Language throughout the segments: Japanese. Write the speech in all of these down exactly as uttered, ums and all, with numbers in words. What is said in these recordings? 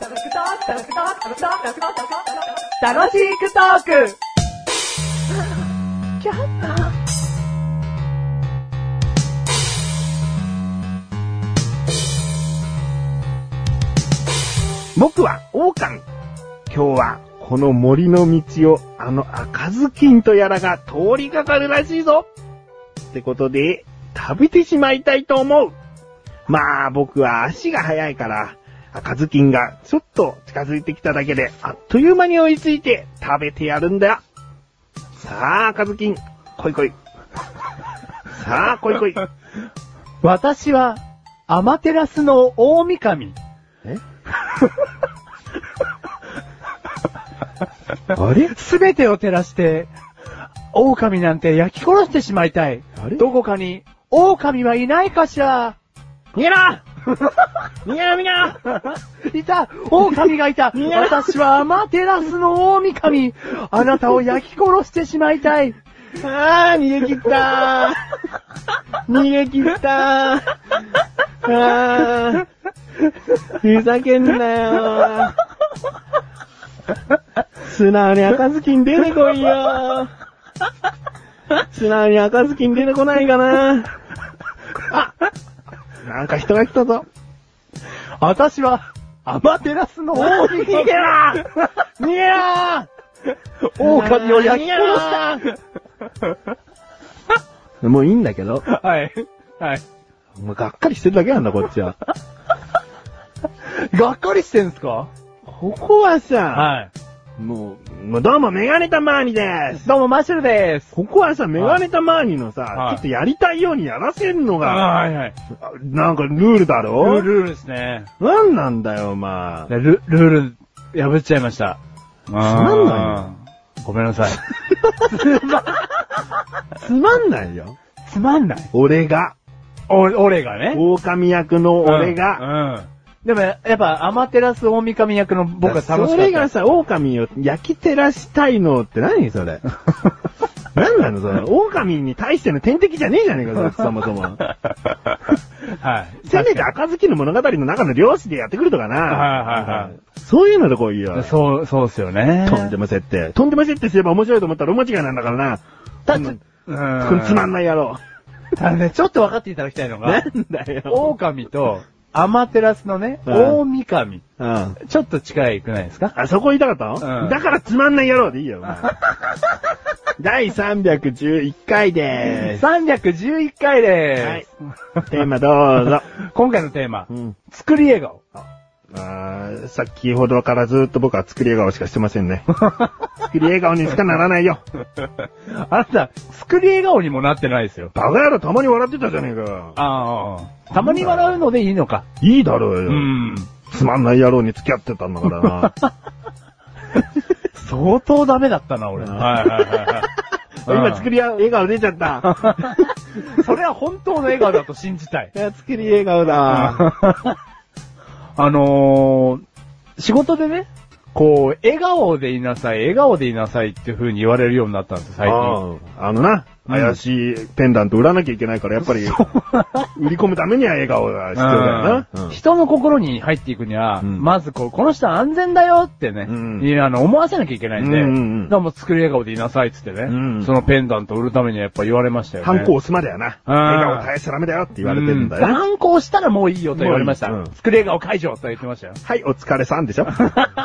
楽しくトーク僕は狼。今日はこの森の道をあの赤ずきんとやらが通りかかるらしいぞ。ってことで食べてしまいたいと思う。まあ僕は足が速いから赤ずきんがちょっと近づいてきただけであっという間に追いついて食べてやるんだよ。さあ赤ずきん、来い来い。さあ来い来い。 私はアマテラスの大神。 えあれすべてを照らして、狼なんて焼き殺してしまいたい。 あれどこかに、狼はいないかしら。 逃げろ逃げろ逃げろいた狼がいた私はアマテラスの大神。あなたを焼き殺してしまいたい。 あー、逃げ切ったー逃げ切ったーあー、ふざけんなよー。素直に赤ずきん出てこいよー。素直に赤ずきん出てこないかな。あ、なんか人が来たぞ。 私はアマテラスの大神。 逃げろ逃げろ狼を焼き殺したもういいんだけど。 はい。はい。 もうがっかりしてるだけなんだ、こっちは。 がっかりしてんすか？ ここはさ、 はい。 もう、もうどうもメガネタマーニです。 どうもマッシュルです。 ここはさ、メガネタマーニのさ、 はい、 ちょっとやりたいようにやらせるのが、 はいはい。 なんかルールだろ？ ルールですね。 なんなんだよ、まあ。 ル、ルール破っちゃいました。 つまんないよ。 ごめんなさい。 つまんないよ。 つまんない。 俺が。 お、俺がね。 狼役の俺が。 うん。うんでも、やっぱ、アマテラス大神役の僕は楽しかった。 それがさ、狼を焼き照らしたいのって何それ。何なのそれ。狼に対しての天敵じゃねえじゃねえか、そもそも。はい。せめて赤ずきの物語の中の漁師でやってくるとかな。 はいはいはい。 そういうのでこういいよ。 そう、そうっすよね。 とんでも設定。とんでも設定すれば面白いと思ったら大間違いなんだからな。 だって、 このつまんない野郎。 ただね、ちょっと分かっていただきたいのが、 なんだよ。 狼と、アマテラスのね、 うん大神。うん。ちょっと近いくないですか？ あ、そこ言いたかったの？うん。だからつまんない野郎でいいよ、お前。だいさんびゃくじゅういっかいでーす。 さんびゃくじゅういっかいでーす。 はい。テーマどうぞ。 今回のテーマ。 うん。 作り笑顔。 あー、さっきほどからずっと僕は作り笑顔しかしてませんね。作り笑顔にしかならないよ。 あなた、作り笑顔にもなってないですよ。 バカ野郎たまに笑ってたじゃねえか。 ああ。たまに笑うのでいいのか。 いいだろうよ。 うん。 つまんない野郎に付き合ってたんだからな。 相当ダメだったな、俺。はいはいはいはい。 今作り笑顔出ちゃった。 それは本当の笑顔だと信じたい。 いや、作り笑顔だ。 あのー、仕事でね、こう、笑顔でいなさい、笑顔でいなさいっていう風に言われるようになったんですよ、最近。 あ, あのな、怪しいペンダント売らなきゃいけないから、やっぱり、売り込むためには笑顔が必要だよな。 うん、人の心に入っていくには、うん、まずこう、この人は安全だよってね、うん、いやあの思わせなきゃいけないんで、うんうんうん、だからもう作り笑顔でいなさいって言ってね、うん、そのペンダント売るためにはやっぱ言われましたよね。 反抗すまだよな。笑顔絶やしちゃダメだよって言われてるんだよ、ね。 うん、反抗したらもういいよと言われました。うん、作り笑顔解除と言ってましたよ。 はい、お疲れさんでしょ。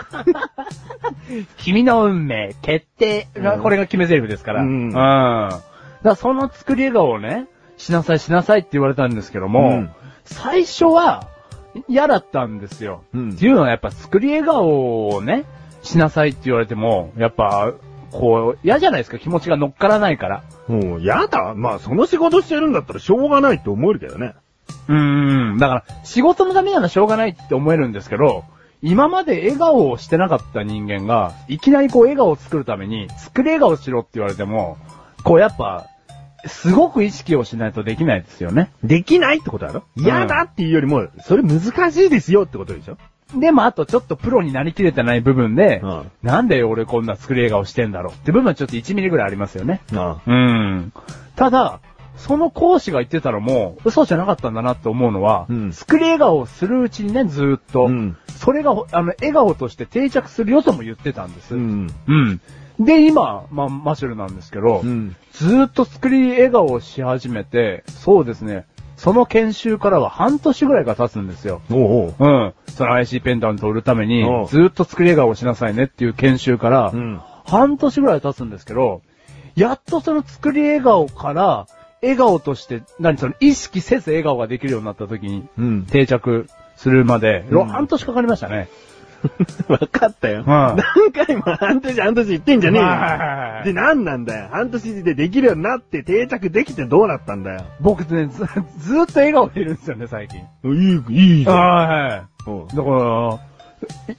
君の運命、決定が、これが決め台詞ですから。うん。うん。だからその作り笑顔をね、しなさいしなさいって言われたんですけども、うん、最初は嫌だったんですよ。うん、っていうのはやっぱ作り笑顔をね、しなさいって言われても、やっぱ、こう、嫌じゃないですか、気持ちが乗っからないから。 もう、嫌だ。まあ、その仕事してるんだったらしょうがないって思えるけどね。 うーん。だから、仕事のためならしょうがないって思えるんですけど、今まで笑顔をしてなかった人間が、いきなりこう笑顔を作るために、作り笑顔しろって言われても、こうやっぱ、すごく意識をしないとできないですよね。 できないってことだろ？嫌だっていうよりも、それ難しいですよってことでしょ？ でもあとちょっとプロになりきれてない部分で、うん、なんで俺こんな作り笑顔してんだろうって部分はちょっといちミリぐらいありますよね。うん。うん。ただ、 その講師が言ってたのも、嘘じゃなかったんだなって思うのは、 うん、 作り笑顔をするうちにね、ずーっと、うん、それが、あの、笑顔として定着するよとも言ってたんです。うん。うん。で、今、まあ、マシュルなんですけど、うん、ずーっと作り笑顔をし始めて、そうですね、その研修からは半年ぐらいが経つんですよ。おうおう。うん。その アイシー ペンダントを売るために、ずーっと作り笑顔をしなさいねっていう研修から、うん、半年ぐらい経つんですけど、やっとその作り笑顔から、笑顔として、何その意識せず笑顔ができるようになった時に、うん、定着するまで、うん、半年かかりましたね。 わかったよ。うん、何回も半年半年言ってんじゃねえよ。で、何なんだよ。半年でできるようになって定着できてどうなったんだよ。 僕ね、ず、ずーっと笑顔でいるんですよね、最近。 いい、いいじゃん。はい。 だから、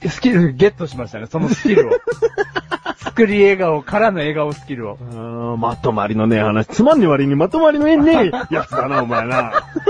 スキルゲットしましたね、そのスキルを。作り笑顔からの笑顔スキルを。 あまとまりのねえ話。つまんねえ割にまとまりのねえやつだな、お前な。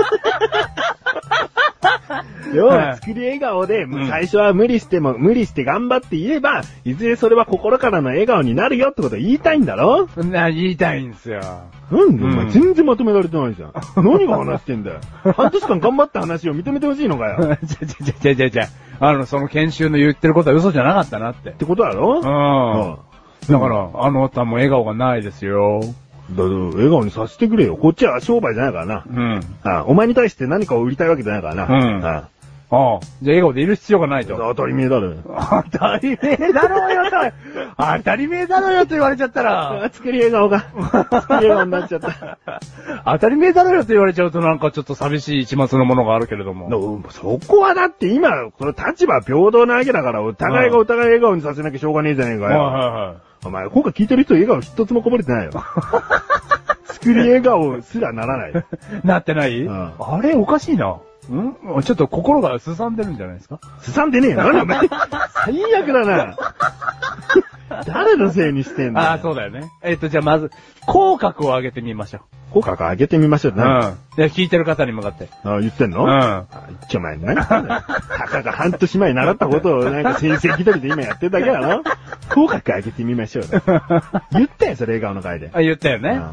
要は作り笑顔で、うん、最初は無理しても、無理して頑張って言えば、いずれそれは心からの笑顔になるよってことを言いたいんだろ？ な、言いたいんですよ。 なんでお前全然まとめられてないじゃん。何が話してんだよ。半年間頑張った話を認めてほしいのかよ。 じゃじゃじゃじゃじゃあの、その研修の言ってることは嘘じゃなかったなって。 ってことだろ？ うん。だから、あの歌も笑顔がないですよ。 だから笑顔にさせてくれよ。こっちは商売じゃないからな。うん。あお前に対して何かを売りたいわけじゃないからな。うん。あああ。じゃあ笑顔でいる必要がないと。 当たり前だろ。 当たり前だろうよと。当たり前だろうよと言われちゃったら。 作り笑顔が。作り笑顔になっちゃった。 当たり前だろうよと言われちゃうとなんかちょっと寂しい一末のものがあるけれども。 そこはだって今、この立場平等なわけだから、お互いがお互い笑顔にさせなきゃしょうがねえじゃねえかよ。はいはいはい。お前、今回聞いてる人笑顔一つもこぼれてないよ。作り笑顔すらならない。 なってない、うん、あれおかしいな。んちょっと心がすさんでるんじゃないですか？ すさんでねえよ。何お前。最悪だな。誰のせいにしてんだよ。 ああ、そうだよね。えっと、じゃあまず、口角を上げてみましょう。口角上げてみましょう。 うん。で、聞いてる方に向かって。 ああ、言ってんの？うん。あ一丁前にね。たかが半年前に習ったことをなんか先生気取りで今やってるだけだろ？口角上げてみましょう。言ったよ、それ笑顔の回で。 あ、言ったよね。うん。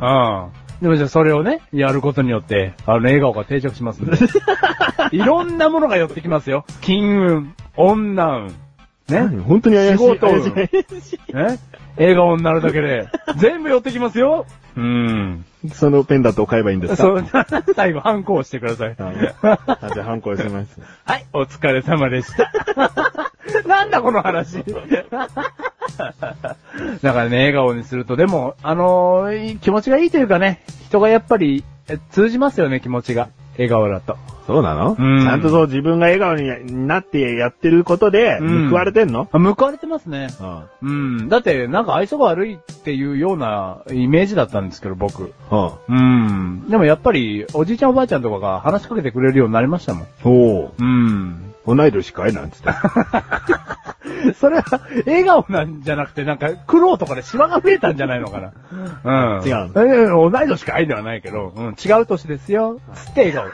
でもじゃあそれをね、やることによって、あの、笑顔が定着しますんで。いろんなものが寄ってきますよ。金運、女運。ね。 本当に怪しい。 仕事運。ね。笑顔になるだけで、全部寄ってきますよ。うん。 そのペンダントを買えばいいんですか？ そう、最後、ハンコをしてください。 はい。じゃあ、ハンコをします。 はい、お疲れ様でした。なんだこの話。だからね、笑顔にすると、でも、あのー、気持ちがいいというかね、人がやっぱり通じますよね、気持ちが。笑顔だと。 そうなの？うん、ちゃんとそう自分が笑顔になってやってることで、報われてんの？ うん、報われてますね。うん。うん。だって、なんか愛想が悪いっていうようなイメージだったんですけど、僕。うん。でもやっぱり、おじいちゃんおばあちゃんとかが話しかけてくれるようになりましたもん。 おう。うん。同い年かいなんつって。 それは、笑顔なんじゃなくて、なんか、苦労とかでシワが増えたんじゃないのかな。うん。違う。え同い年かいではないけど、うん、違う年ですよ。つって笑顔。うん。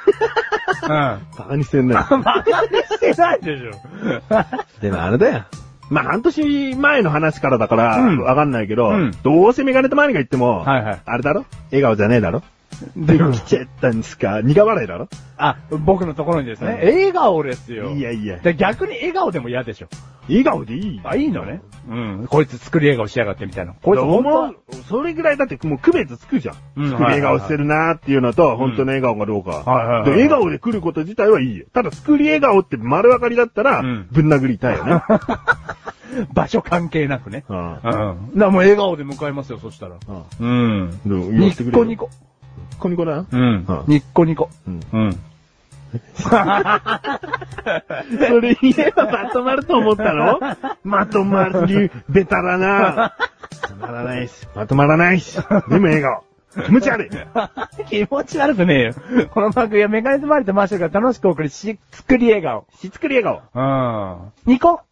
バカにしてんね。 バカにしてないでしょ。 でもあれだよ。まあ、半年前の話からだから、うん、わかんないけど、うん、どうせメガネとマニが言っても、はいはい、あれだろ？笑顔じゃねえだろ？できちゃったんですか？苦笑いだろ？ あ、僕のところにですね。笑顔ですよ。 いやいや。 逆に笑顔でも嫌でしょ。 笑顔でいい？ あ、いいのね。うん。こいつ作り笑顔しやがってみたいな。こいつほんとそれぐらいだってもう区別つくじゃん。うん、作り笑顔してるなーっていうのと、うん、本当の笑顔がどうか。はいはいはい。笑顔で来ること自体はいいよ。ただ作り笑顔って丸分かりだったら、うん、ぶん殴りたいよね。 場所関係なくね。うん。うん。だからもう笑顔で迎えますよ、そしたら。うん。ニッコニコ。 ニッコニコだ。 うん。ニッコニコ。うん。うん。 それ言えばまとまると思ったの？まとまる、ベタだな。まとまらないし。まとまらないし。でも笑顔。気持ち悪い。 気持ち悪くねえよ。この番組はメガネとマリとマッシュルが楽しく送るし、作り笑顔。 し作り笑顔。うん。ニコ。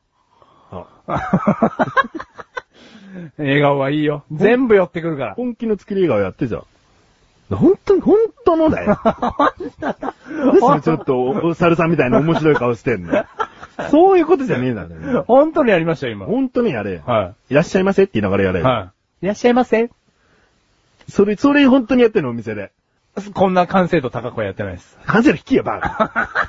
笑顔はいいよ。全部寄ってくるから。 本気の作り笑顔やってじゃん。本当に、本当のだよ。そちょっと、お猿さんみたいな面白い顔してんの。そういうことじゃねえだね。 本当にやりましたよ、今。 本当にやれ。はい。いらっしゃいませって言いながらやれ。 はい。いらっしゃいませ。 それ、それ本当にやってんの、お店で。 こんな完成度高くはやってないです。 完成度低いよ、バカ。